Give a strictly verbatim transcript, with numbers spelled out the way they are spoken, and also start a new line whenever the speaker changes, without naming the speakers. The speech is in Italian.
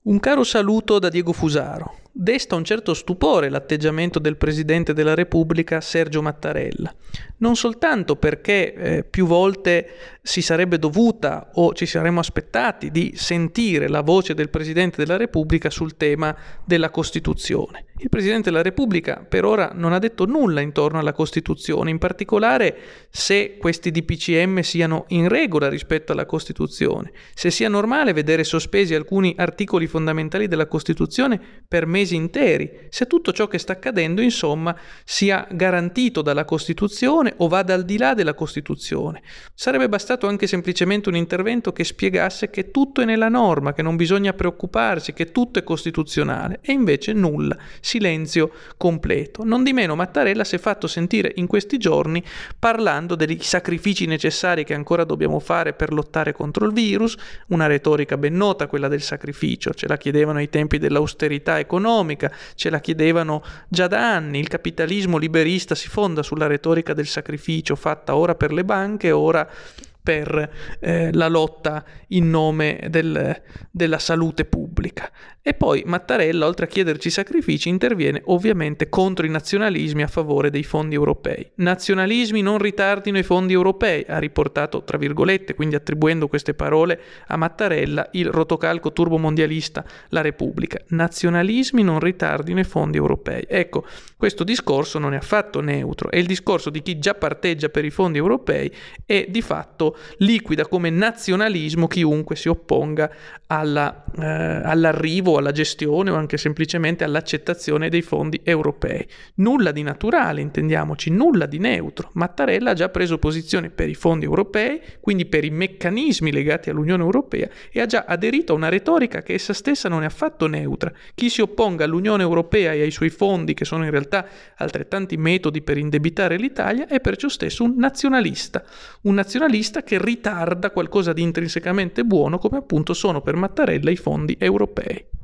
Un caro saluto da Diego Fusaro. Desta un certo stupore l'atteggiamento del Presidente della Repubblica Sergio Mattarella, non soltanto perché eh, più volte si sarebbe dovuta o ci saremmo aspettati di sentire la voce del Presidente della Repubblica sul tema della Costituzione. Il Presidente della Repubblica per ora non ha detto nulla intorno alla Costituzione, in particolare se questi D P C M siano in regola rispetto alla Costituzione, se sia normale vedere sospesi alcuni articoli fondamentali della Costituzione per mesi interi, se tutto ciò che sta accadendo, insomma, sia garantito dalla Costituzione o vada al di là della Costituzione. Sarebbe bastato anche semplicemente un intervento che spiegasse che tutto è nella norma, che non bisogna preoccuparsi, che tutto è costituzionale, e invece nulla, silenzio completo. Non di meno Mattarella si è fatto sentire in questi giorni parlando dei sacrifici necessari che ancora dobbiamo fare per lottare contro il virus, una retorica ben nota, quella del sacrificio, ce la chiedevano ai tempi dell'austerità economica, ce la chiedevano già da anni. Il capitalismo liberista si fonda sulla retorica del sacrificio fatta ora per le banche, ora per eh, la lotta in nome del, della salute pubblica. E poi Mattarella, oltre a chiederci sacrifici, interviene ovviamente contro i nazionalismi a favore dei fondi europei. Nazionalismi non ritardino i fondi europei, ha riportato tra virgolette, quindi attribuendo queste parole a Mattarella, il rotocalco turbomondialista La Repubblica. Nazionalismi non ritardino i fondi europei. Ecco, questo discorso non è affatto neutro, è il discorso di chi già parteggia per i fondi europei e di fatto liquida come nazionalismo chiunque si opponga alla, eh, all'arrivo, alla gestione o anche semplicemente all'accettazione dei fondi europei. Nulla di naturale, intendiamoci, nulla di neutro. Mattarella ha già preso posizione per i fondi europei, quindi per i meccanismi legati all'Unione Europea, e ha già aderito a una retorica che essa stessa non è affatto neutra. Chi si opponga all'Unione Europea e ai suoi fondi, che sono in realtà altrettanti metodi per indebitare l'Italia, è perciò stesso un nazionalista. Un nazionalista che ritarda qualcosa di intrinsecamente buono, come appunto sono per Mattarella i fondi europei.